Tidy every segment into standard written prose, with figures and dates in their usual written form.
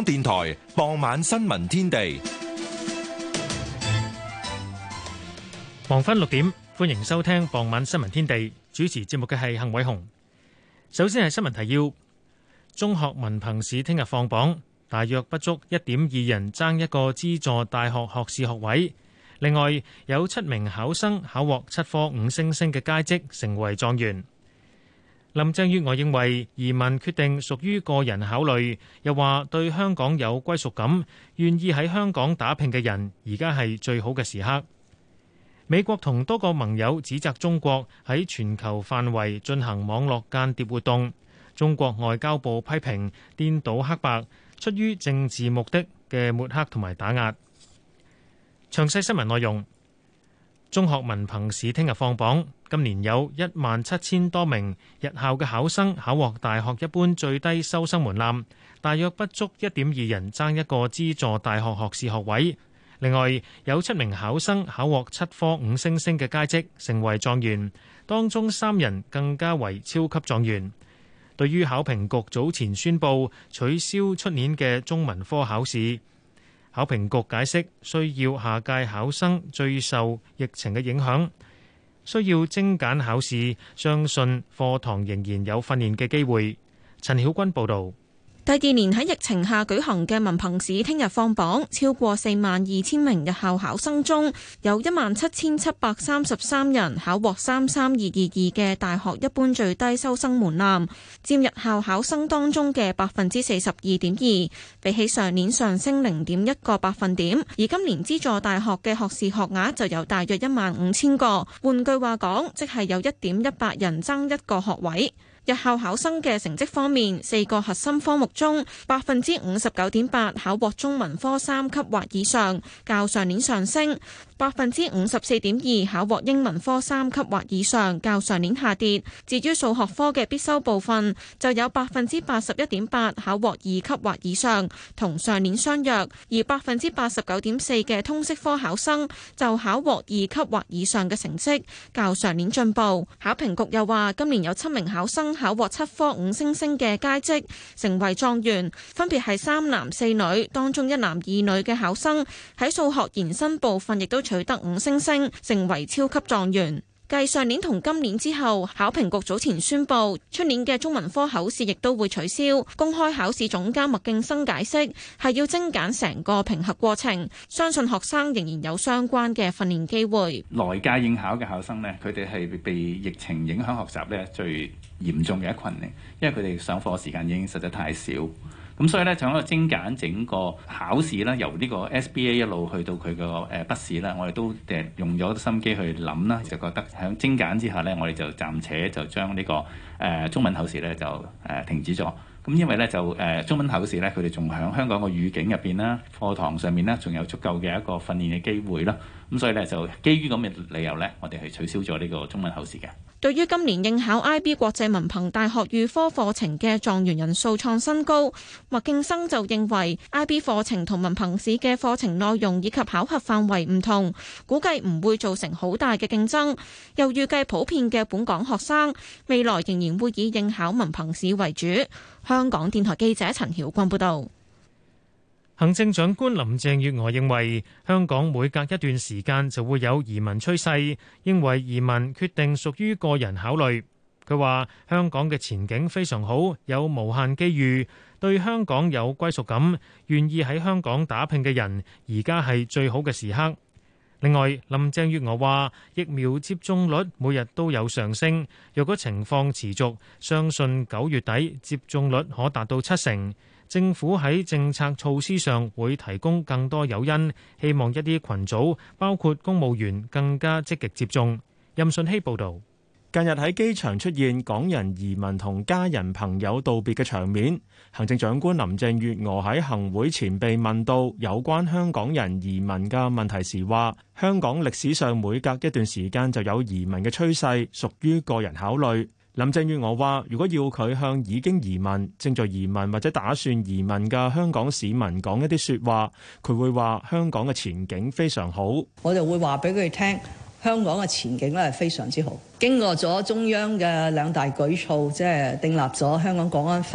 電台傍晚新聞天地， 黃昏6點，歡迎收聽傍晚新聞天地。主持節目嘅係幸偉雄。首先係新聞提要：中學文憑試聽日放榜，大約不足1.2人爭一個資助大學學士學位。另外有7名考生考獲7科5星星嘅佳績，成為狀元。林鄭月娥認為移民決定屬於個人考慮，又話對香港有歸屬感、願意喺香港打拼嘅人，而家係最好嘅時刻。美國同多個盟友指責中國喺全球範圍進行網絡間諜活動，中國外交部批評顛倒黑白、出於政治目的嘅抹黑同埋打壓。詳細新聞內容：中學文憑試聽日放榜，今年有17000多名日校嘅考生考獲大學一般最低收生門檻，大約不足1.2人爭一個資助大學學士學位。另外有7名考生考獲7科5星星嘅佳績，成為狀元，當中3人更加為超級狀元。對於考評局早前宣布取消出年嘅中文科考試，考評局解釋需要下屆考生最受疫情嘅影響，需要精簡考試，相信課堂仍然有訓練嘅機會。陳曉君報導。 第2年喺疫情下舉行嘅文憑試聽日放榜，超過42000名日校考生中，有17733人考獲33222嘅大學一般最低收生門檻，佔日校考生當中嘅42.2%，比起上年上升0.1個百分點。而今年資助大學嘅學士學額就有大約15000個，換句話講，即係有1.18人爭一個學位。日校考生嘅成績方面，4個核心科目中，59.8%考獲中文科3級或以上，較上年上升；54.2%考獲英文科3級或以上，較上年下跌。至於數學科嘅必修部分，就有81.8%考獲2級或以上，同上年相若；而89.4%嘅通識科考生就考獲2級或以上嘅成績，較上年進步。考評局又話，今年有7名考生考獲7科5星星嘅佳績，成為狀元，分別係3男4女，當中1男2女嘅考生喺數學延伸部分亦都取得5星星，成為超級狀元。繼上年同今年之後，考評局早前宣布，出年嘅中文科考試亦都會取消。公開考試總監麥敬生解釋，係要精簡成個評核過程，相信學生仍然有相關嘅訓練機會。 來屆應考嘅考生呢，佢哋係被疫情影響學習呢最嚴重嘅一群嚟，因為佢哋上課時間已經實在太少。咁所以咧，就喺度精簡整個考試啦，由呢個 SBA 一路去到佢個筆試啦，我哋都用咗心機去諗啦，就覺得喺精簡之下咧，我哋就暫且就將呢個中文考試咧就停止咗。咁因為咧就中文考試咧，佢哋仲喺香港個語境入邊啦，課堂上面咧仲有足夠嘅一個訓練嘅機會啦。咁所以咧就基於咁嘅理由咧，我哋係取消咗呢個中文考試嘅。 對於今年應考 IB 國際文憑大學預科課程嘅狀元人數創新高，麥敬生就認為 IB 課程同文憑試嘅課程內容以及考核範圍唔同，估計唔會造成好大嘅競爭。又預計普遍嘅本港學生未來仍然會以應考文憑試為主。香港電台記者陳曉君報導。 行政長官林鄭月娥認為，香港每隔一段時間就會有移民趨勢，認為移民決定屬於個人考慮。佢話：香港嘅前景非常好，有無限機遇，對香港有歸屬感，願意喺香港打拼嘅人，而家係最好嘅時刻。另外，林鄭月娥話：疫苗接種率每日都有上升，若果情況持續，相信9月底接種率可達到70%。政府喺政策措施上會提供更多誘因，希望一啲群組，包括公務員，更加積極接種。任信希報導。 近日喺機場出現港人移民同家人朋友道別嘅場面，行政長官林鄭月娥喺行會前被問到有關香港人移民嘅問題時話：香港歷史上每隔一段時間就有移民嘅趨勢，屬於個人考慮。林鄭月娥話：如果要佢向已經移民、正在移民或者打算移民嘅香港市民講一啲説話，佢會話香港嘅前景非常好。 我就會話俾佢哋聽，香港嘅前景咧係非常之好。經過咗中央嘅2大舉措，即係訂立咗香港國安法，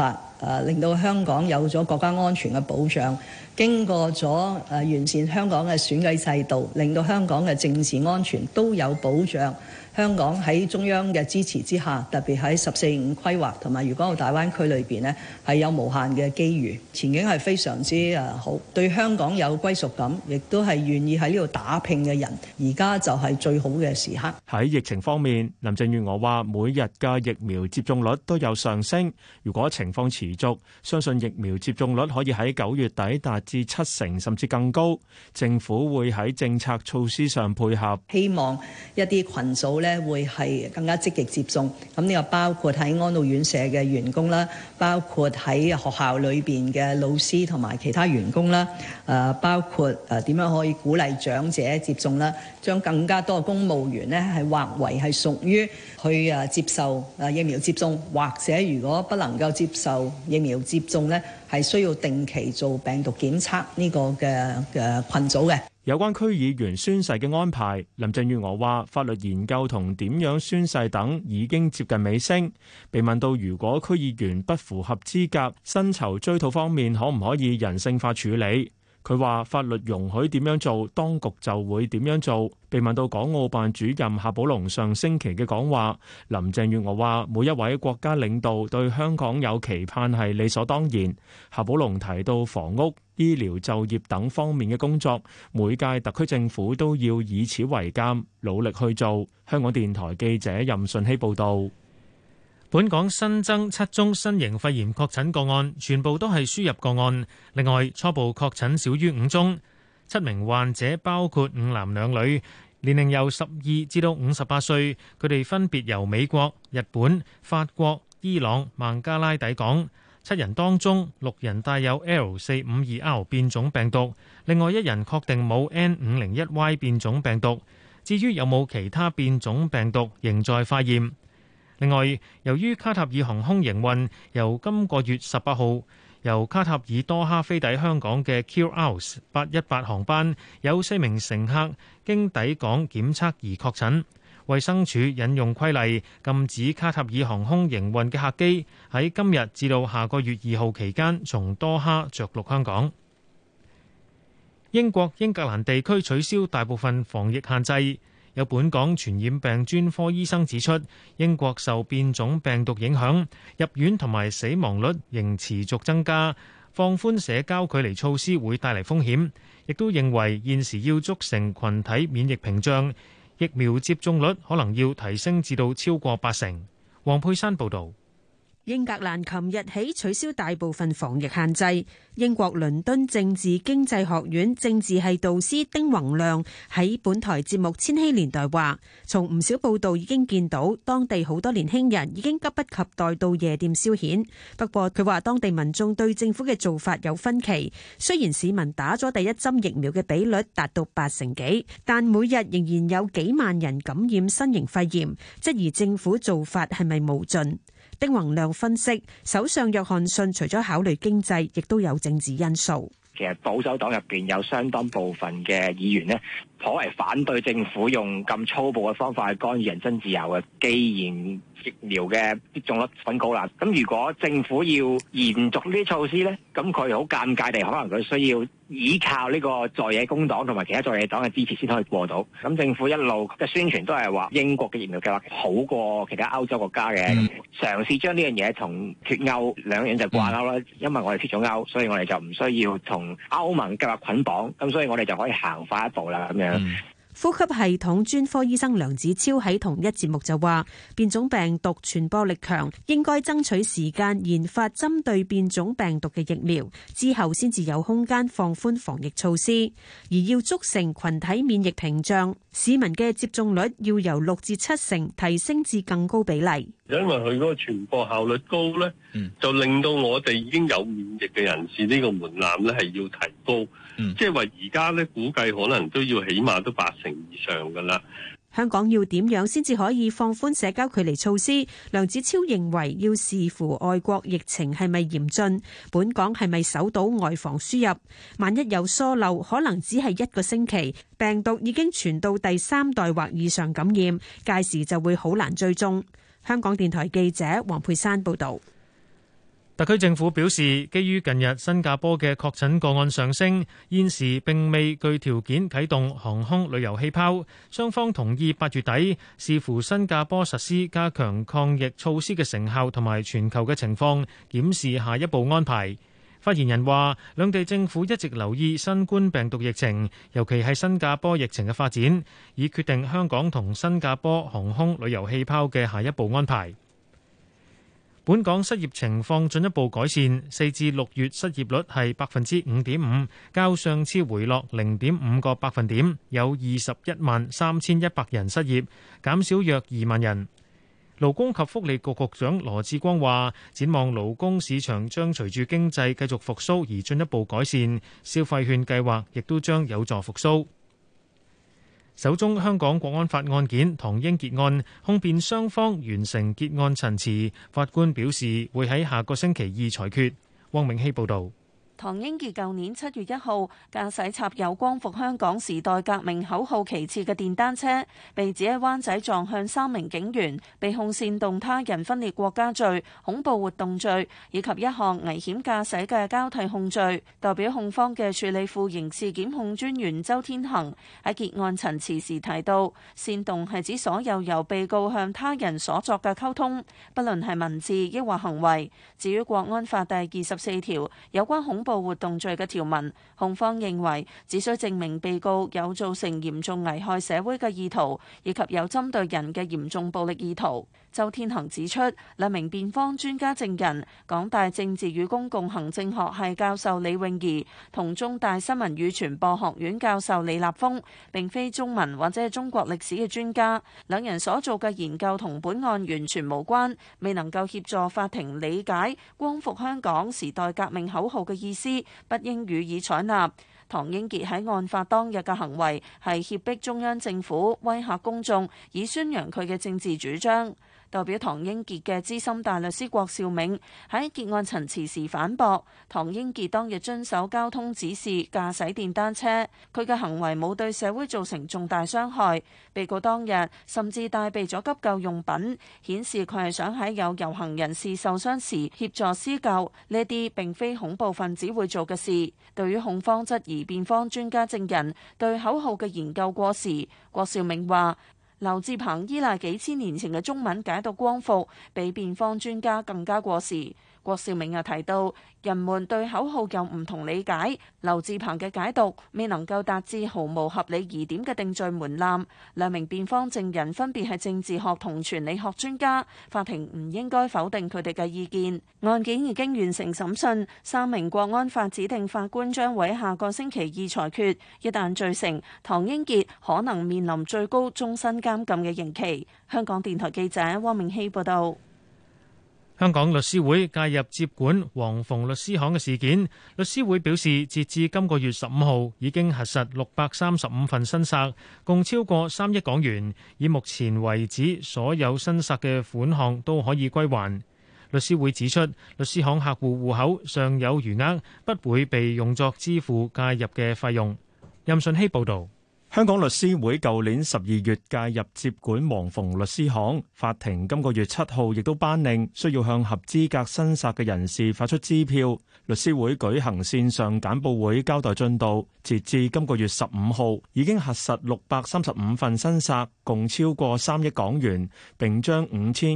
令到香港有咗國家安全嘅保障。經過咗完善香港嘅選舉制度，令到香港嘅政治安全都有保障。香港喺中央嘅支持之下，特別喺14、5規劃同埋粵港澳大灣區裏邊呢，係有無限嘅機遇，前景係非常之好。對香港有歸屬感，亦都係願意喺呢度打拼嘅人，而家就係最好嘅時刻。 喺疫情方面，林鄭月娥話每日嘅疫苗接種率都有上升，如果情況持續，相信疫苗接種率可以喺9月底達至70%甚至更高。政府會喺政策措施上配合， 希望一啲群組咧會係更加積極接種。咁呢個包括喺安老院舍嘅員工啦，包括喺學校裏邊嘅老師同埋其他員工啦，包括點樣可以鼓勵長者接種啦，將更加多嘅公務員呢係劃為係屬於去接受疫苗接種，或者如果不能夠接受疫苗接種呢，係需要定期做病毒檢測呢個嘅群組嘅。 有關區議員宣誓嘅安排，林鄭月娥話法律研究同點樣宣誓等已經接近尾聲。被問到如果區議員不符合資格，薪酬追討方面可唔可以人性化處理？佢話法律容許點樣做，當局就會點樣做。被問到港澳辦主任夏寶龍上星期嘅講話，林鄭月娥話每一位國家領導對香港有期盼係理所當然。夏寶龍提到房屋、醫療、就業等方面嘅工作，每屆特區政府都要以此為鑑，努力去做。香港電台記者任順希報導。 本港新增7宗新型肺炎確診個案，全部都係輸入個案。另外，初步確診少於5宗，7名患者包括5男2女，年齡由12至到58歲，佢哋分別由美國、日本、法國、伊朗、孟加拉抵港。7人當中6人帶有 L452R 變種病毒，另外1人確定冇 N501Y 變種病毒。至於有冇其他變種病毒，仍在化驗。另外，由於卡塔爾航空營運，由今個月18號由卡塔爾多哈飛抵香港嘅 QR 818航班，有4名乘客經抵港檢測而確診。衛生署引用規例，禁止卡塔爾航空營運嘅客機喺今日至到下個月2號期間從多哈着陸香港。英國英格蘭地區取消大部分防疫限制。有本港傳染病專科醫生指出，英國受變種病毒影響，入院同埋死亡率仍持續增加，放寬社交距離措施會帶嚟風險。亦都認為現時要築成群體免疫屏障，疫苗接種率可能要提升至到超過80%。黃佩珊報導。 英格蘭琴日起取消大部分防疫限制。英國倫敦政治經濟學院政治系導師丁宏量喺本台節目《千禧年代》話，從唔少報道已經見到當地好多年輕人已經急不及待到夜店消遣。不過佢話當地民眾對政府嘅做法有分歧，雖然市民打咗第一針疫苗嘅比率達到80%幾，但每日仍然有幾萬人感染新型肺炎，質疑政府做法係咪無盡。丁宏量分析，首相約翰遜除咗考慮經濟，亦都有政治因素。 其實保守黨入邊有相當部分嘅議員呢，頗為反對政府用咁粗暴嘅方法去干預人身自由嘅。既然疫苗嘅接種率很高啦，咁如果政府要延續呢啲措施呢，咁佢好尷尬地，可能佢需要依靠呢個在野工黨同埋其他在野黨嘅支持先可以過到。咁政府一路嘅宣傳都係話英國嘅疫苗計劃好過其他歐洲國家嘅，嘗試將呢樣嘢同脫歐兩樣就掛鈎啦。因為我哋脫咗歐，所以我哋就唔需要同歐盟計劃捆綁，咁所以我哋就可以行快一步啦咁樣。 呼吸系統專科醫生梁子超喺同一節目就話，變種病毒傳播力強，應該爭取時間研發針對變種病毒嘅疫苗，之後先至有空間放寬防疫措施。而要築成群體免疫屏障，市民嘅接種率要由6至7成提升至更高比例。 因為佢嗰個傳播效率高咧，就令到我哋已經有免疫嘅人士呢個門檻咧係要提高。即係話而家咧估計可能都要起碼都80%以上噶啦。 香港要點樣先至可以放寬社交距離措施？梁子超認為要視乎外國疫情係咪嚴峻，本港係咪守到外防輸入。萬一有疏漏，可能只係1個星期，病毒已經傳到第3代或以上感染，屆時就會好難追蹤。香港電台記者黃佩珊報導。 特區政府表示，基於近日新加坡嘅確診個案上升，現時並未具條件啟動航空旅遊氣泡。雙方同意8月底視乎新加坡實施加強抗疫措施嘅成效同埋全球嘅情況，檢視下一步安排。發言人話，兩地政府一直留意新冠病毒疫情，尤其係新加坡疫情嘅發展，以決定香港同新加坡航空旅遊氣泡嘅下一步安排。本港失業情況進一步改善，4至6月失業率係5.5%，較上次回落0.5個百分點，有213100人失業，減少約2萬人。勞工及福利局局長羅致光話，展望勞工市場將隨住經濟繼續復甦而進一步改善，消費券計劃亦都將有助復甦。首宗香港國安法案件唐英傑案，控辯雙方完成結案陳詞，法官表示會喺下個星期2裁決。汪永熙報導。 唐英傑舊年7月1號駕駛插有光復香港時代革命口號旗幟嘅電單車，被指喺灣仔撞向3名警員，被控煽動他人分裂國家罪、恐怖活動罪以及一項危險駕駛嘅交替控罪。代表控方嘅處理副刑事檢控專員周天行喺結案陳詞時提到，煽動係指所有由被告向他人所作嘅溝通，不論係文字抑或行為。至於國安法第24條有關恐怖活動罪嘅條文，控方認為只需證明被告有造成嚴重危害社會嘅意圖，以及有針對人嘅嚴重暴力意圖。周天行指出，兩名辯方專家證人，港大政治與公共行政學系教授李泳儀同中大新聞與傳播學院教授李立峰，並非中文或者係中國歷史嘅專家，兩人所做嘅研究同本案完全無關，未能夠協助法庭理解光復香港時代革命口號嘅意思，不應予以採納。唐英傑喺案發當日嘅行為係脅迫中央政府，威嚇公眾，以宣揚佢嘅政治主張。代表唐英傑嘅資深大律師郭兆銘喺結案陳詞時反駁，唐英傑當日遵守交通指示駕駛電單車，佢嘅行為冇對社會造成重大傷害。被告當日甚至帶備咗急救用品，顯示佢係想喺有遊行人士受傷時協助施救，呢啲並非恐怖分子會做嘅事。對於控方質疑辯方專家證人對口號嘅研究過時，郭兆銘話，劉智鵬依賴幾千年前嘅中文解讀光復，比辯方專家更加過時。郭兆銘又提到，人們對口號有唔同理解，劉智鵬嘅解讀未能夠達至毫無合理疑點嘅定罪門檻。兩名辯方證人分別係政治學同傳理學專家，法庭唔應該否定佢哋嘅意見。案件已經完成審訊，3名國安法指定法官將會下個星期2裁決。一旦罪成，唐英傑可能面臨最高終身監禁嘅刑期。香港電台記者汪明熙報道。 香港律師會介入接管黃鳳律師行嘅事件，律師會表示，截至今個月15號已經核實635份申索，共超過3億港元。以目前為止，所有申索嘅款項都可以歸還。律師會指出，律師行客戶戶口尚有餘額，不會被用作支付介入嘅費用。任順希報導。 香港律師會舊年12月介入接管黃鳳律師行，法庭今個月7號亦都頒令需要向合資格申索嘅人士發出支票。律師會舉行線上簡報會交代進度，截至今個月15號已經核實635份申索，共超過3億港元，並將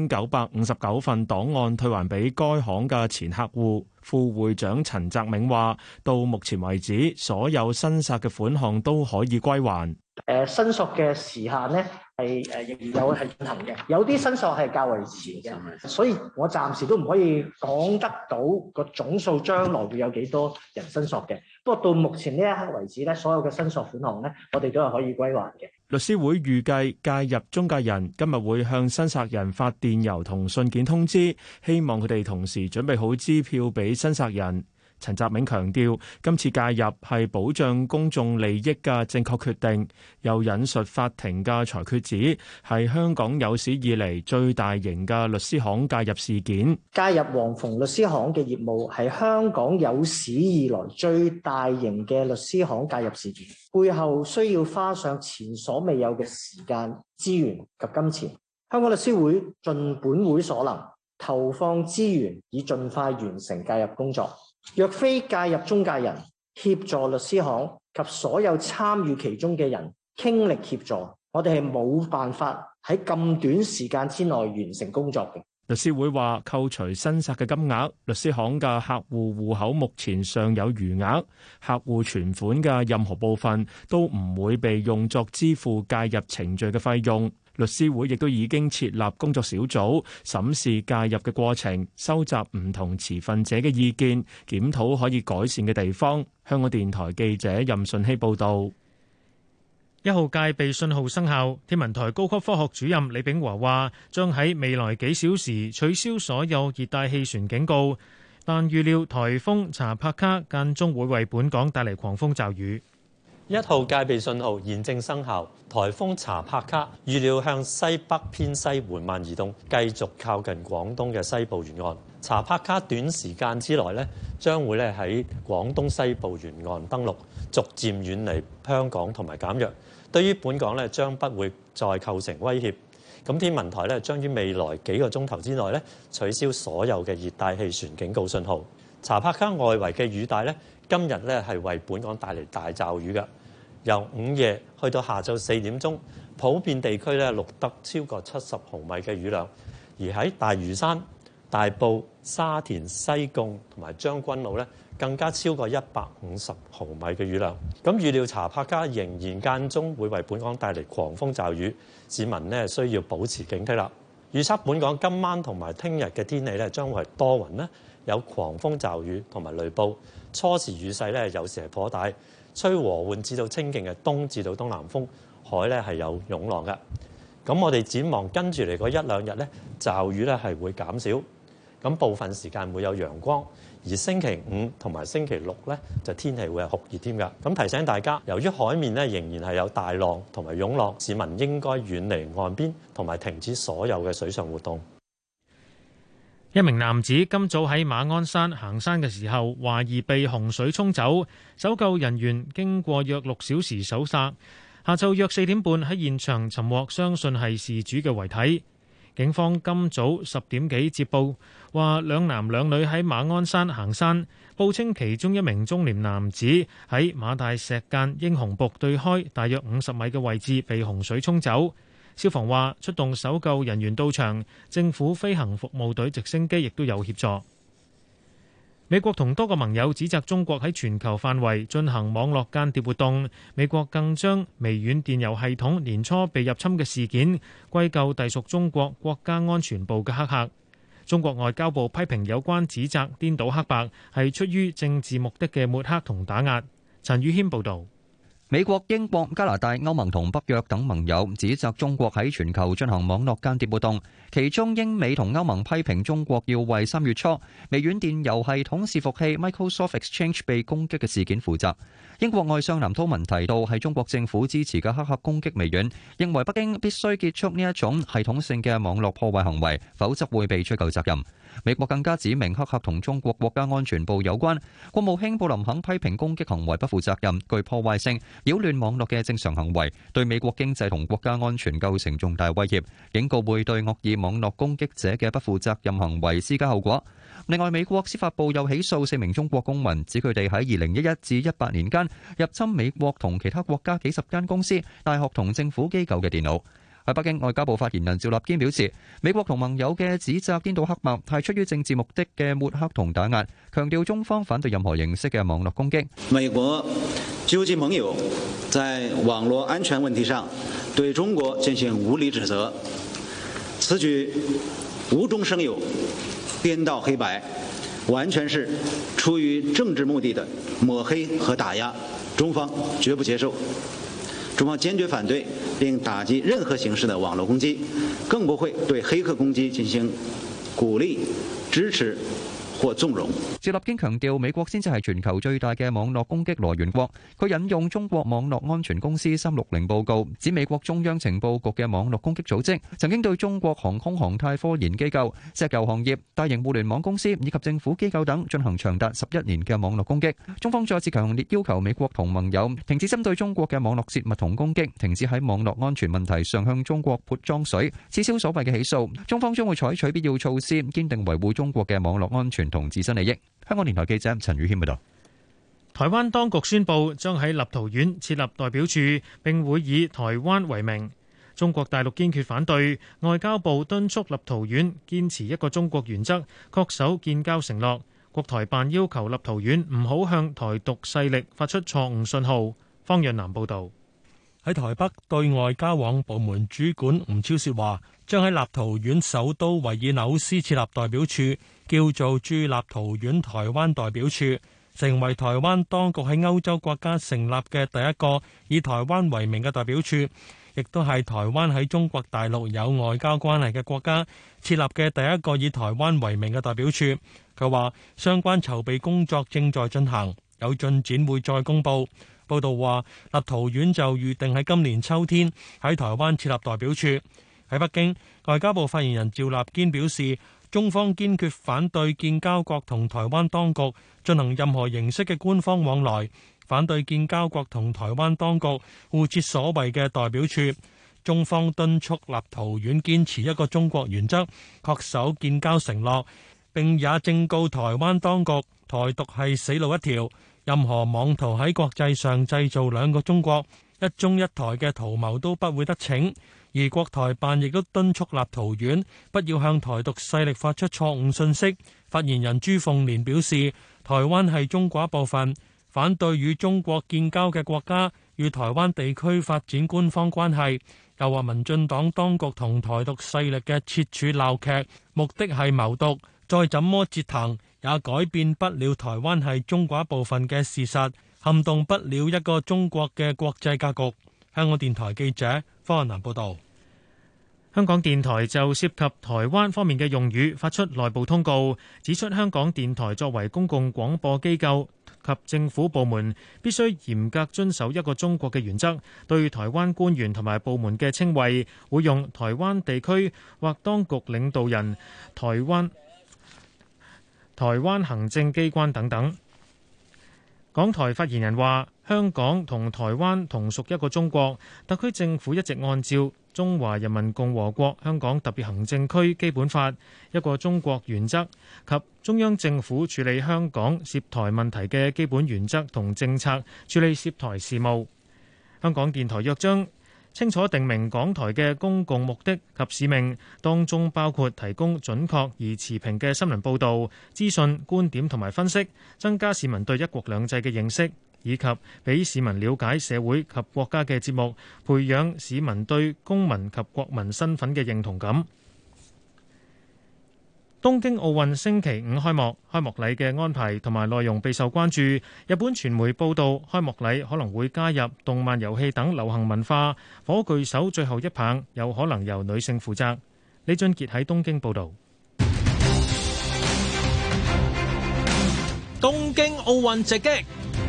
5959份檔案退還俾該行嘅前客戶。副會長陳澤銘話，到目前為止，所有申索嘅款項都可以歸還。 申索嘅時限呢係仍然有係進行嘅，有啲申索係較為遲嘅，所以我暫時都唔可以講得到個總數將來會有幾多人申索嘅。不過到目前呢一刻為止咧，所有嘅申索款項咧，我哋都係可以歸還嘅。 律師會預計介入中介人今日會向申索人發電郵同信件通知，希望佢哋同時準備好支票俾申索人。陳澤銘強調，今次介入係保障公眾利益嘅正確決定，又引述法庭嘅裁決指係香港有史以嚟最大型嘅律師行介入事件。 介入黃鳳律師行嘅業務係香港有史以來最大型嘅律師行介入事件，背後需要花上前所未有嘅時間、資源及金錢。香港律師會盡本會所能， 投放資源以盡快完成介入工作。若非介入中介人協助律師行及所有參與其中嘅人傾力協助，我哋係冇辦法喺咁短時間之內完成工作嘅。 律師會話，扣除新殺嘅金額，律師行嘅客戶戶口目前尚有餘額，客戶存款嘅任何部分都唔會被用作支付介入程序嘅費用。律師會亦都已經設立工作小組，審視介入嘅過程，收集唔同持份者嘅意見，檢討可以改善嘅地方。香港電台記者任順希報導。1號戒備信號生效，天文台高級科學主任李炳華話，將喺未來幾小時取消所有熱帶氣旋警告，但預料颱風查帕卡間中會為本港帶嚟狂風驟雨。 1號戒備信號現正生效，颱風查帕卡預料向西北偏西緩慢移動，繼續靠近廣東嘅西部沿岸。查帕卡短時間之內將會喺廣東西部沿岸登陸，逐漸遠離香港同埋減弱。對於本港將不會再構成威脅。咁天文台將於未來幾個鐘頭之內取消所有嘅熱帶氣旋警告信號。查帕卡外圍嘅雨帶今日係為本港帶嚟大驟雨嘅，由午夜去到下晝4點鐘，普遍地區錄得超過70毫米嘅雨量，而喺大嶼山、大埔、沙田、西貢同埋將軍澳更加超過150毫米嘅雨量。咁預料查帕卡仍然間中會為本港帶嚟狂風驟雨，市民需要保持警惕啦。預測本港今晚同埋聽日嘅天氣將會係多雲，有狂風驟雨同埋雷暴，初時雨勢有時係頗大，吹和緩至到清勁嘅東至到東南風，海係有湧浪嘅。咁我哋展望跟住嚟嗰1、2日驟雨係會減少，咁部分時間會有陽光。而星期5同埋星期6就天氣會係酷熱添㗎。咁提醒大家，由於海面仍然係有大浪同埋湧浪，市民應該遠離岸邊同埋停止所有嘅水上活動。 一名男子今早喺馬鞍山行山嘅時候，懷疑被洪水沖走，搜救人員經過約6小時搜索，下晝約4點半喺現場尋獲相信係事主嘅遺體。警方今早10點幾接報，話2男2女喺馬鞍山行山，報稱其中一名中年男子喺馬大石澗英雄瀑對開大約50米嘅位置被洪水沖走。消防話出動搜救人員到場，政府飛行服務隊直升機亦都有協助。美國同多個盟友指責中國喺全球範圍進行網絡間諜活動，美國更將微軟電郵系統年初被入侵嘅事件歸咎隸屬中國國家安全部嘅黑客。中國外交部批評有關指責顛倒黑白，係出於政治目的嘅抹黑同打壓。陳宇軒報導。 美國、英國、加拿大、歐盟同北約等盟友指責中國喺全球進行網絡間諜活動，其中英美同歐盟批評中國要為3月初微軟電郵系統伺服器 Microsoft Exchange 被攻擊嘅事件負責。英國外相藍韜文提到，係中國政府支持嘅黑客攻擊微軟，認為北京必須結束呢一種系統性嘅網絡破壞行為，否則會被追究責任。美國更加指明黑客同中國國家安全部有關。國務卿布林肯批評攻擊行為不負責任、具破壞性、擾亂網絡嘅正常行為，對美國經濟同國家安全構成重大威脅，警告會對惡意網絡攻擊者嘅不負責任行為施加後果。另外，美國司法部又起訴4名中國公民，指佢哋喺2011至18年間入侵美國同其他國家幾十間公司、大學同政府機構嘅電腦。喺北京，外交部發言人趙立堅表示，美國同盟友嘅指責顛倒黑白，係出於政治目的嘅抹黑同打壓，強調中方反對任何形式嘅網絡攻擊。 美國糾集盟友在網絡安全問題上對中國進行無理指責，此舉無中生有、顛倒黑白，完全是出於政治目的的抹黑和打壓，中方絕不接受。中方堅決反對並打擊任何形式的網絡攻擊，更不會對黑客攻擊進行鼓勵、支持或縱容。 趙立堅強調，美國先至係全球最大嘅網絡攻擊來源國。佢引用中國網絡安全公司360報告，指美國中央情報局嘅網絡攻擊組織曾經對中國航空航太科研機構、石油行業、大型互聯網公司以及政府機構等進行長達11年嘅網絡攻擊。中方再次強烈要求美國同盟友停止針對中國嘅網絡泄密同攻擊，停止喺網絡安全問題上向中國潑髒水，撤銷所謂嘅起訴。中方將會採取必要措施，堅定維護中國嘅網絡安全同自身利益。香港電台記者陳宇謙報道。 台灣當局宣布將喺立陶宛設立代表處，並會以台灣為名。中國大陸堅決反對，外交部敦促立陶宛堅持一個中國原則，恪守建交承諾。國台辦要求立陶宛唔好向台獨勢力發出錯誤信號。方潤南報導。 喺台北對外交往部門主管吳釗燮話，將喺立陶宛首都維爾紐斯設立代表處，叫做駐立陶宛台灣代表處，成為台灣當局喺歐洲國家成立嘅第一個以台灣為名嘅代表處，亦都係台灣喺中國大陸有外交關係嘅國家設立嘅第一個以台灣為名嘅代表處。佢話相關籌備工作正在進行，有進展會再公佈。報道話，立陶宛就預定喺今年秋天喺台灣設立代表處。喺北京，外交部發言人趙立堅表示，中方堅決反對建交國同台灣當局進行任何形式嘅官方往來，反對建交國同台灣當局互設所謂嘅代表處。中方敦促立陶宛堅持一個中國原則，恪守建交承諾，並也正告台灣當局，台獨係死路一條。任何妄圖喺國際上製造兩個中國、一中一台嘅圖謀都不會得逞。而國台辦亦都敦促立陶宛不要向台獨勢力發出錯誤信息。發言人朱鳳蓮表示，台灣係中國一部分，反對與中國建交嘅國家與台灣地區發展官方關係。又話民進黨當局同台獨勢力嘅設處鬧劇，目的係謀獨，再怎麼折騰也改變不了台灣係中國一部分嘅事實，撼動不了一個中國嘅國際格局。香港電台記者方漢南報道。 香港電台就涉及台灣方面嘅用語發出內部通告，指出香港電台作為公共廣播機構及政府部門，必須嚴格遵守一個中國嘅原則，對台灣官員同埋部門嘅稱謂會用台灣地區或當局領導人、台灣行政機關等等。港台發言人話，香港同台灣同屬一個中國，特區政府一直按照《中華人民共和國香港特別行政區基本法》一個中國原則及中央政府處理香港涉台問題嘅基本原則同政策，處理涉台事務。香港電台約章清楚定明港台嘅公共目的及使命，當中包括提供準確而持平嘅新聞報導、資訊、觀點同埋分析，增加市民對一國兩制嘅認識，以及俾市民了解社會及國家嘅節目，培養市民對公民及國民身份嘅認同感。東京奧運星期五開幕，開幕禮嘅安排同埋內容備受關注。日本傳媒報道，開幕禮可能會加入動漫、遊戲等流行文化。火炬手最後一棒有可能由女性負責。李俊傑喺東京報道。 東京奧運直擊。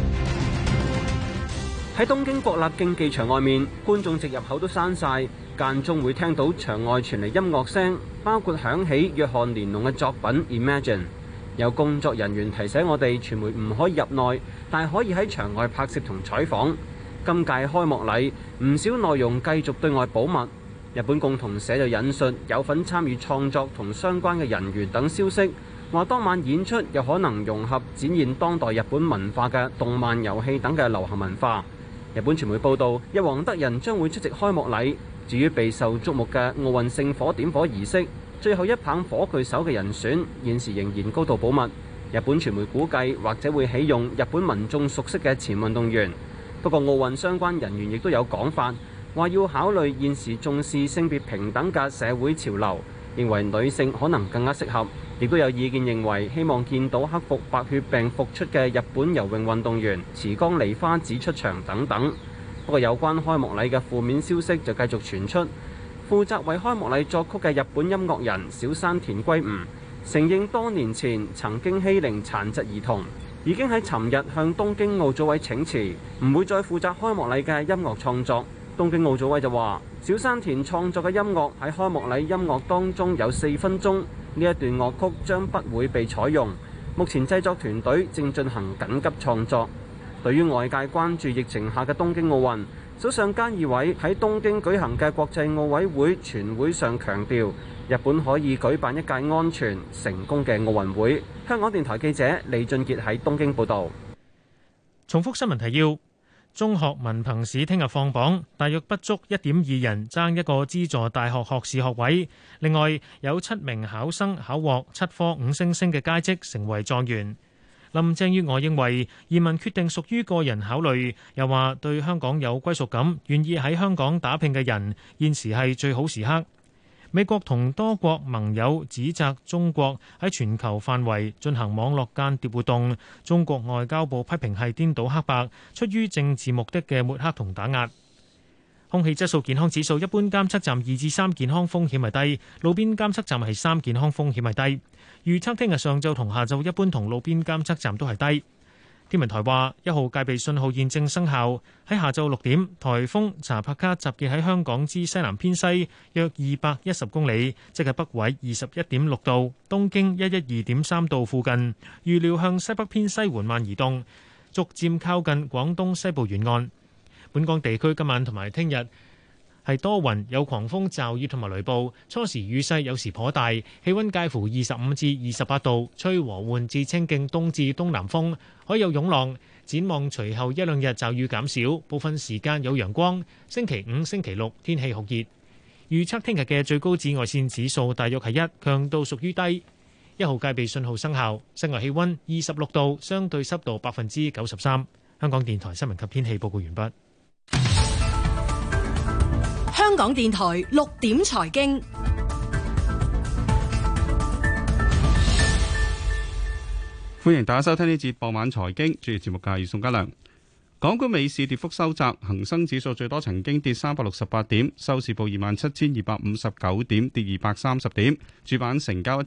喺東京國立競技場外面，觀眾席入口都閂晒，間中會聽到場外傳嚟音樂聲，包括響起約翰連儂嘅作品《Imagine》。有工作人員提醒我哋，傳媒唔可以入內，但係可以喺場外拍攝同採訪。今屆開幕禮唔少內容繼續對外保密。日本共同社就引述有份參與創作同相關嘅人員等消息，話當晚演出有可能融合展現當代日本文化嘅動漫、遊戲等嘅流行文化。日本傳媒報道，日皇德仁將會出席開幕禮。至於備受矚目嘅奧運聖火點火儀式，最後一棒火炬手嘅人選現時仍然高度保密。日本傳媒估計或者會起用日本民眾熟悉嘅前運動員。不過奧運相關人員亦都有講法，話要考慮現時重視性別平等嘅社會潮流，認為女性可能更加適合。亦都有意見認為，希望見到克服白血病復出嘅日本游泳運動員池江璃花子出場等等。不過有關開幕禮嘅負面消息就繼續傳出。負責為開幕禮作曲嘅日本音樂人小山田圭吾承認多年前曾經欺凌殘疾兒童，已經喺尋日向東京奧組委請辭，唔會再負責開幕禮嘅音樂創作。東京奧組委就話，小山田創作嘅音樂喺開幕禮音樂當中有4分鐘，呢一段樂曲將不會被採用。目前製作團隊正進行緊急創作。對於外界關注疫情下嘅東京奧運，首相菅義偉喺東京舉行嘅國際奧委會全會上強調，日本可以舉辦一屆安全成功嘅奧運會。香港電台記者李俊傑喺東京報導。 重複新聞提要：中學文憑試聽日放榜，大約不足1.2人爭一個資助大學學士學位。另外有7名考生考獲7科5星星嘅佳績，成為狀元。林鄭月娥認為移民決定屬於個人考慮，又話對香港有歸屬感、願意喺香港打拼嘅人，現時係最好時刻。美國同多國盟友指責中國喺全球範圍進行網絡間諜活動，中國外交部批評係顛倒黑白、出於政治目的嘅抹黑同打壓。空氣質素健康指數一般監測站2至3，健康風險係低，路邊監測站係3，健康風險係低。預測聽日上晝同下晝一般同路邊監測站都係低。天文台話1號戒備信號現正生效。喺下晝6點，颱風查帕卡集結喺香港之西南偏西約210公里，即係北緯21.6度、東經112.3度附近。預料向西北偏西緩慢移動，逐漸靠近廣東西部沿岸。本港地區今晚同埋聽日係多雲，有狂風驟雨同埋雷暴，初時雨勢有時頗大，氣溫介乎25至28度，吹和緩至清勁東至東南風，海有湧浪。展望隨後1、2日驟雨減少，部分時間有陽光。星期5、星期6天氣酷熱。預測聽日嘅最高紫外線指數大約係1，強度屬於低。1號戒備信號生效，室外氣溫26度，相對濕度93%。香港電台新聞及天氣報告完畢。 香港電台6點財經， 歡迎大家收聽呢節傍晚財經，主持節目嘅係宋家良。港股尾市跌幅收窄，恒生指數最多曾經跌368點，收市報27,259點，跌230點。主板成交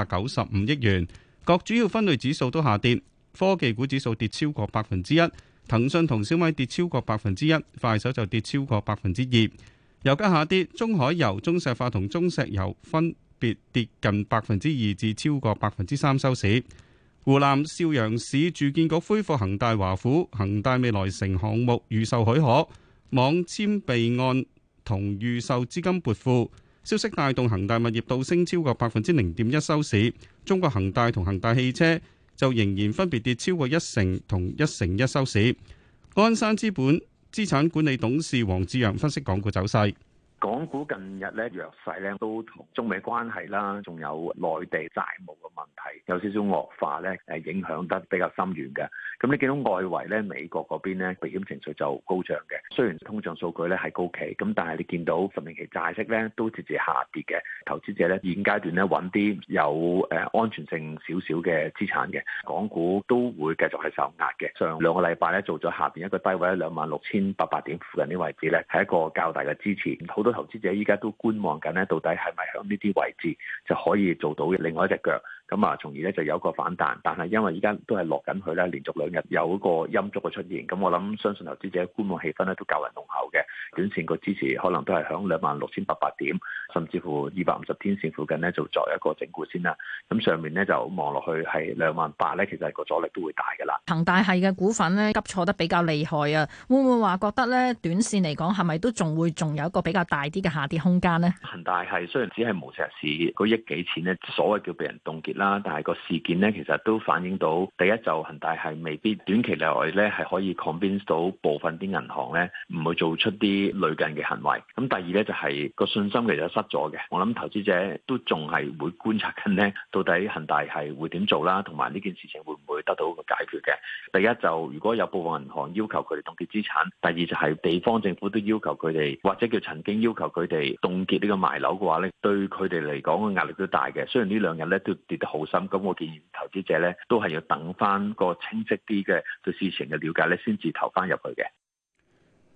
1395億元，各主要分類指數都下跌，科技股指數跌超過1%，騰訊同小米跌超過1%，快手就跌超過2%。油價下跌，中海油、中石化同中石油分別跌近2%至超過3%收市。湖南邵陽市住建局恢復恒大華府、恒大未來城項目預售許可，網簽備案同預售資金撥付，消息帶動恒大物業倒升超過0.1%收市。中國恒大同恒大汽車就仍然分別跌超過1%同1%收市。鞍山資本資產管理董事黃志陽分析港股走勢。 港股近日咧弱勢咧，都同中美關係啦，仲有內地債務嘅問題有少少惡化咧，影響得比較深遠嘅。咁你見到外圍咧，美國嗰邊咧避險情緒就高漲嘅。雖然通脹數據咧係高企，咁但係你見到10年期債息咧都節節下跌嘅。投資者咧現階段咧揾啲有安全性少少嘅資產嘅，港股都會繼續係受壓嘅。上2個禮拜咧做咗下邊一個低位26,800點附近啲位置咧，係一個較大嘅支持。好多投資者依家都觀望緊咧，到底係咪響呢啲位置就可以做到另外一隻腳？咁啊，從而咧就有一個反彈，但係因為依家都係落緊去咧，連續2日有一個陰燭嘅出現，咁我諗相信投資者觀望氣氛咧都較為濃厚嘅。短線個支持可能都係響26,800點，甚至乎250天線附近咧就作一個整固先啦。咁上面咧就望落去係28,000咧，其實個阻力都會大㗎啦。 恒大系嘅股份咧急挫得比較厲害啊，會唔會話覺得咧短線嚟講係咪都仲有一個比較大啲嘅下跌空間呢？ 恒大系雖然只係無錫市嗰億幾錢咧，所謂叫被人凍結啦，但係個事件咧其實都反映到，第一就恒大係未必短期內咧係可以 convince 到部分啲銀行咧唔會做出啲類近嘅行為。咁第二咧就係個信心其實失咗嘅。我諗投資者都仲係會觀察緊咧，到底恒大係會點做啦，同埋呢件事情會唔會得到個解決嘅。第一就如果有部分銀行要求佢哋凍結資產，第二就係地方政府都要求佢哋，或者叫曾經要求佢哋凍結呢個賣樓嘅話咧，對佢哋嚟講個壓力都大嘅。雖然呢2日咧都跌得好深，咁我建議投資者咧都係要等翻個清晰啲嘅對事情嘅了解咧，先至投翻入去嘅。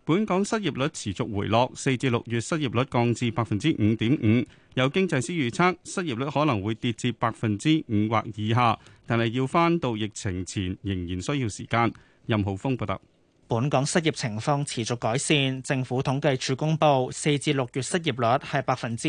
本港失業率持續回落，4至6月失業率降至 5.5%。有經濟師預測失業率可能會跌至 5% 或以下，但係要返到疫情前仍然需要時間。任浩峰報道。 本港失業情況持續改善，政府統計處公布4至6月失業率係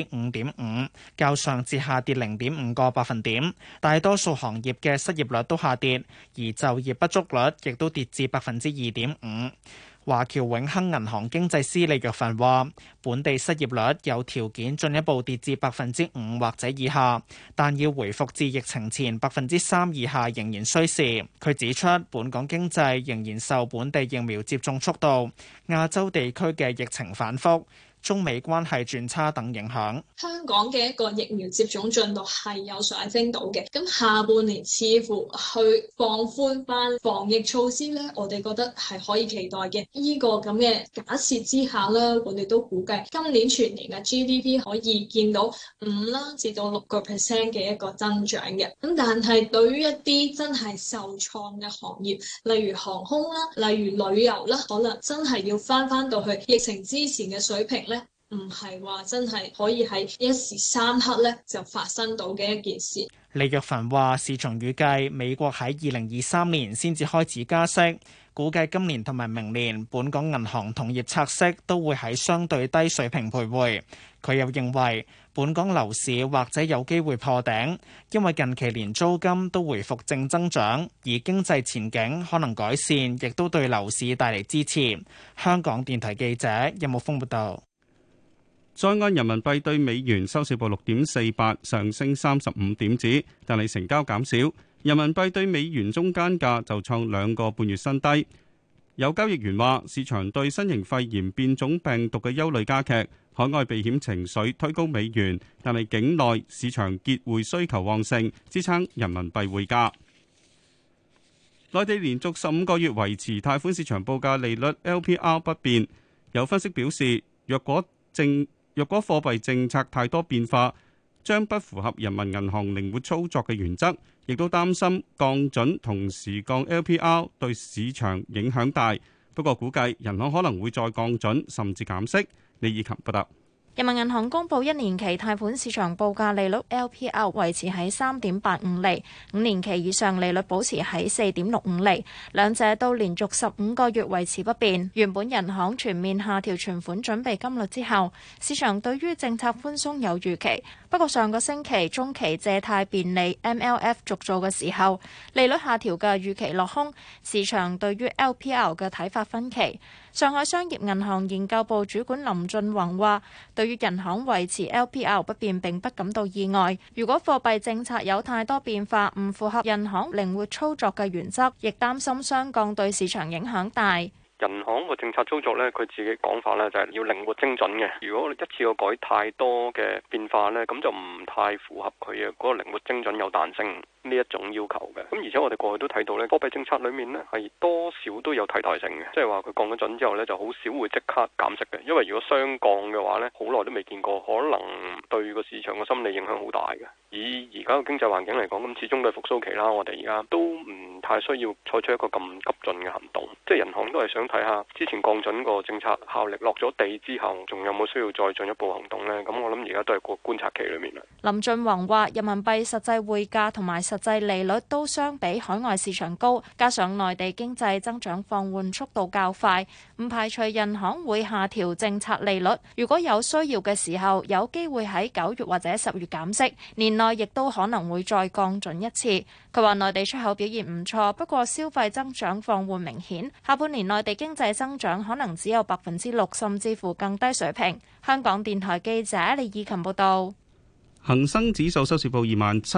5.5%， 較上至下跌 0.5個百分點。大多數行業嘅失業率都下跌，而就業不足率亦都跌至 2.5%。華僑永亨銀行經濟師李若凡話，本地失業率有條件進一步跌至 5% 或者以下，但要回復至疫情前 3% 以下仍然需時。佢指出，本港經濟仍然受本地疫苗接種速度、亞洲地區嘅疫情反覆、中美關係轉差等影響。 香港嘅一個疫苗接種進度係有上升到嘅，咁下半年似乎去放寬翻防疫措施咧，我哋覺得係可以期待嘅。呢個咁嘅假設之下啦，我哋都估計今年全年嘅 GDP 可以見到5%至到6% 嘅一個增長嘅。咁但係對於一啲真係受創嘅行業，例如航空啦，例如旅遊啦，可能真係要翻到去疫情之前嘅水平咧。唔係話真係可以喺一時三刻咧就發生到嘅一件事。 李若凡話：市場預計美國喺2023年先至開始加息，估計今年同埋明年本港銀行同業拆息都會喺相對低水平徘徊。佢又認為本港樓市或者有機會破頂，因為近期連租金都回復正增長，而經濟前景可能改善，亦都對樓市帶嚟支持。香港電台記者任木峰報道。 在岸人民幣對美元收市報6.48，上升35點子，但係成交減少。人民幣對美元中間價就創2個半月新低。有交易員話，市場對新型肺炎變種病毒嘅憂慮加劇，海外避險情緒推高美元，但係境內市場結匯需求旺盛，支撐人民幣匯價。內地連續15個月維持貸款市場報價利率 LPR 不變。有分析表示，若果貨幣政策太多變化，將不符合人民銀行靈活操作嘅原則，亦都擔心降準同時降 LPR 對市場影響大。不過估計人行可能會再降準，甚至減息。李以琴報道。 人民銀行公布1年期貸款市場報價利率 LPR 維持喺 3.85 厘，5年期以上利率保持喺 4.65 厘，兩者都連續15個月維持不變。原本人行全面下調存款準備金率之後，市場對於政策寬鬆有預期。不過上個星期中期借貸便利 MLF 續做嘅時候，利率下調嘅預期落空，市場對於 LPR 嘅睇法分歧。上海商業銀行研究部主管林俊宏話，對於人行維持 LPR 不變並不感到意外。如果貨幣政策有太多變化，唔符合人行靈活操作嘅原則，亦擔心雙降對市場影響大。 人行個政策操作呢，佢自己講法呢就係要靈活精準嘅。如果一次過改太多嘅變化呢，咁就唔太符合佢嘅嗰個靈活精準有彈性呢一種要求嘅。咁而且我哋過去都睇到呢，貨幣政策裡面呢係多少都有替代性嘅，即係話佢降咗準之後呢，就好少會即刻減息嘅。因為如果雙降嘅話呢，好耐都未見過，可能對個市場嘅心理影響好大嘅。以而家嘅經濟環境嚟講，咁始終都係復甦期啦，我哋而家都唔太需要採取一個咁急進嘅行動。即係人行都係想睇下之前降準個政策效力落咗地之後，仲有冇需要再進一步行動呢？咁我諗而家都係個觀察期裏面啦。 林俊宏話：人民幣實際匯價同埋實際利率都相比海外市場高，加上內地經濟增長放緩速度較快，唔排除人行會下調政策利率。如果有需要嘅時候，有機會喺9月或者10月減息，年內亦都可能會再降準一次。佢話內地出口表現唔錯，不過消費增長放緩明顯，下半年內地經濟增長可能只有6%，甚至乎更低水平。香港電台記者李以琴報道。 恒生指數收市報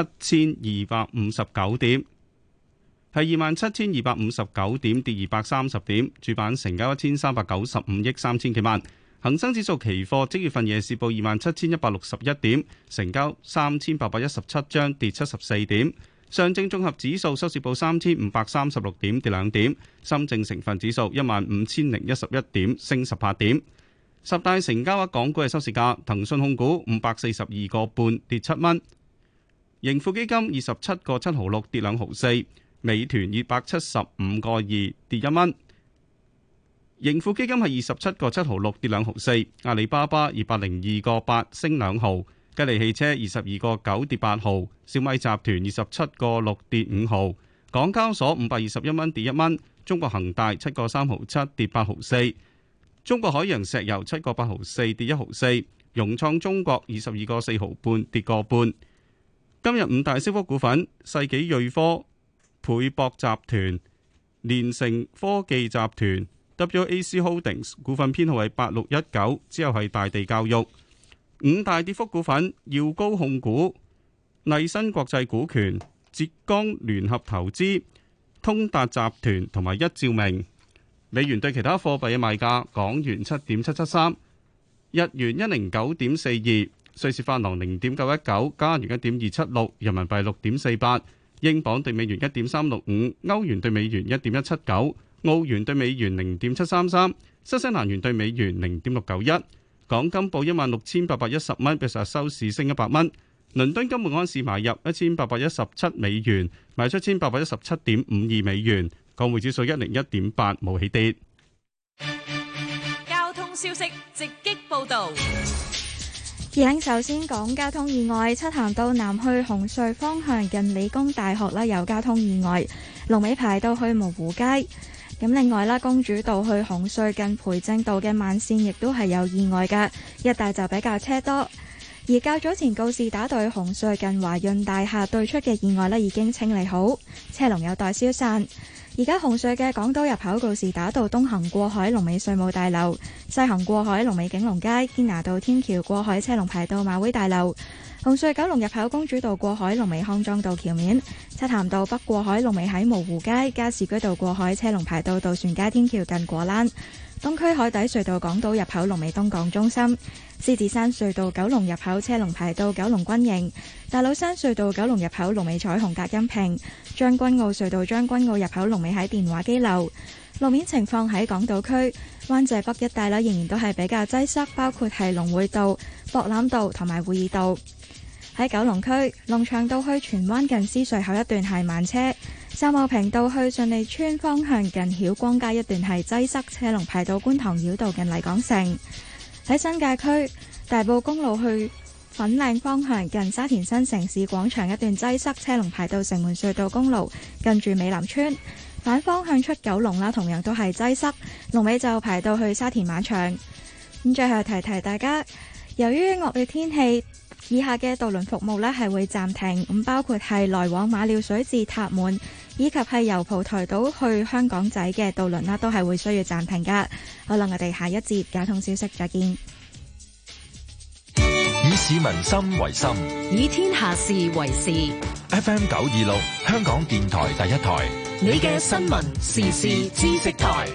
27,259點，係27,259點，跌230點。主板成交1395億3000幾萬。恒生指數期貨即月份夜市報27,161點，成交3817張，跌74點。上證綜合指數收市報3536點，跌2點。深證成分指數15011點，升18點。十大成交額港股嘅收市價：騰訊控股542個半，跌7蚊；盈富基金27個7毫6，跌2毫4；美團275個2，跌1蚊； 盈富基金係27個7毫6跌2毫4，阿里巴巴202個8升2毫，吉利汽車22個9跌8毫，小米集團27個6跌5毫，港交所521蚊跌1蚊，中國恒大7個3毫7跌8毫4，中國海洋石油7個8毫4跌1毫4，融創中國22個4毫半跌個半。今日5大升幅股份：世紀瑞科、倍博集團、連成科技集團、WAC Holdings 股份編號係8619，之後係大地教育。5大跌幅股份：耀高控股、麗新國際股權、浙江聯合投資、通達集團同埋一照明。美元對其他貨幣嘅賣價：港元7.773，日元109.42，瑞士法郎0.919，加元1.276，人民幣6.48，英鎊對美元1.365，歐元對美元1.179，澳元對美元0.733，新西蘭元對美元0.691。港金報16,810蚊，比上日收市升100蚊。倫敦金每安士買入1,817美元，賣出1,817.52美元。港匯指數101.8，冇起跌。 交通消息直擊報道。 首先講交通意外，漆咸道南去紅隧方向近理工大學啦，有交通意外，龍尾排到去蕪湖街。咁另外啦，公主道去紅隧近培正道嘅慢線亦都係有意外㗎，一帶就比較車多。而較早前告士打道紅隧近華潤大廈對出嘅意外呢已經清理好，車龍有待消散。而家紅隧嘅港島入口告士打道東行過海龍尾稅務大樓，西行過海龍尾景隆街，堅拿道天橋過海車龍排到馬會大樓。紅隧九龍入口公主道過海龍尾康莊道橋面，漆咸道北過海龍尾喺蕪湖街，加士居道過海車龍排到渡船街天橋近果欄。東區海底隧道港島入口龍尾東港中心，獅子山隧道九龍入口車龍排到九龍軍營，大老山隧道九龍入口龍尾彩虹隔音屏，將軍澳隧道將軍澳入口龍尾喺電話機樓。路面情況喺港島區灣仔北一帶啦，仍然都係比較擠塞，包括係龍匯道、博覽道同埋會議道。喺九龍區龍翔道去荃灣近獅隧口一段係慢車，秀茂坪道去順利村方向近曉光街一段係擠塞，車龍排到觀塘繞道近麗港城。喺新界區大埔公路去粉嶺方向近沙田新城市廣場一段擠塞，車龍排到城門隧道公路近住美林村。反方向出九龍啦，同樣都係擠塞，龍尾就排到去沙田馬場。咁最後提提大家，由於惡劣天氣，以下嘅渡輪服務呢係會暫停，咁包括係來往馬料水至塔門，以及係由蒲台島去香港仔嘅渡輪啦，都係會需要暫停噶。好啦，我哋下一節交通消息再見。 以市民心為心， 以天下事為事。 FM 926，香港電台第一台， 你嘅新聞時事知識台。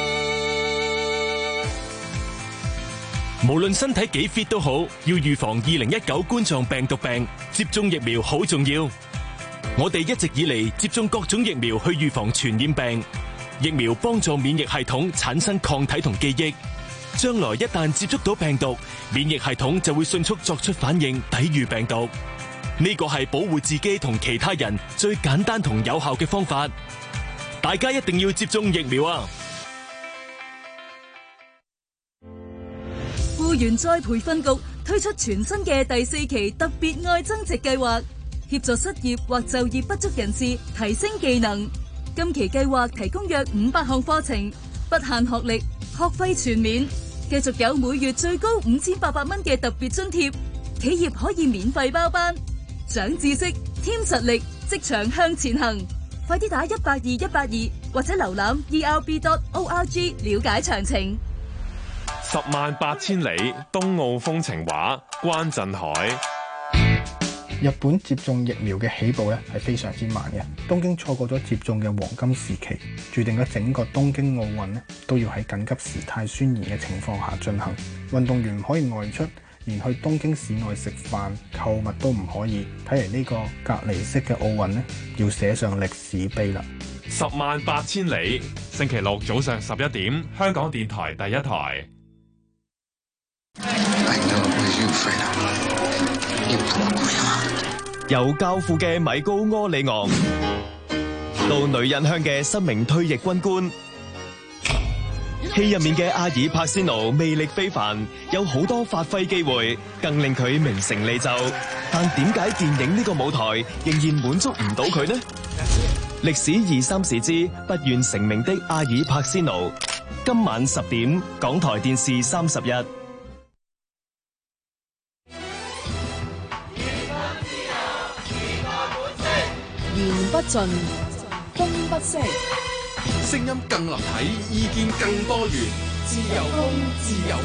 無論身體幾 fit 都好，要預防2019冠狀病毒病，接種疫苗好重要。我哋一直以嚟接種各種疫苗去預防傳染病，疫苗幫助免疫系統產生抗體同記憶，將來一旦接觸到病毒，免疫系統就會迅速作出反應，抵禦病毒。呢個係保護自己同其他人最簡單同有效嘅方法，大家一定要接種疫苗啊！ 僱員再培訓局推出全新嘅第4期特別愛增值計劃，協助失業或就業不足人士提升技能。今期計劃提供約500項課程，不限學歷，學費全免，繼續有每月最高5800蚊嘅特別津貼，企業可以免費包班，長知識，添實力，職場向前行。快啲打182或者瀏覽 erb.org 了解詳情。 108000里，東澳風情畫，關震海。 日本接種疫苗嘅起步係非常之慢嘅，東京錯過咗接種嘅黃金時期，注定咗整個東京奧運都要喺緊急事態宣言嘅情況下進行。運動員唔可以外出，連去東京市內食飯、購物都唔可以。睇嚟呢個隔離式嘅奧運要寫上歷史碑啦。 108000里，星期六早上11點，香港電台第一台。 由教父嘅米高柯里昂到女人香嘅失明退役軍官， 戲入面嘅阿爾柏仙奴魅力非凡，有好多發揮機會，更令佢名成利就。但點解電影呢個舞台仍然滿足唔到佢呢？歷史2、3事之不願成名的阿爾柏仙奴，今晚10點，港台電視31。 言不盡，風不息， 聲音更立體，意見更多元，自由風，自由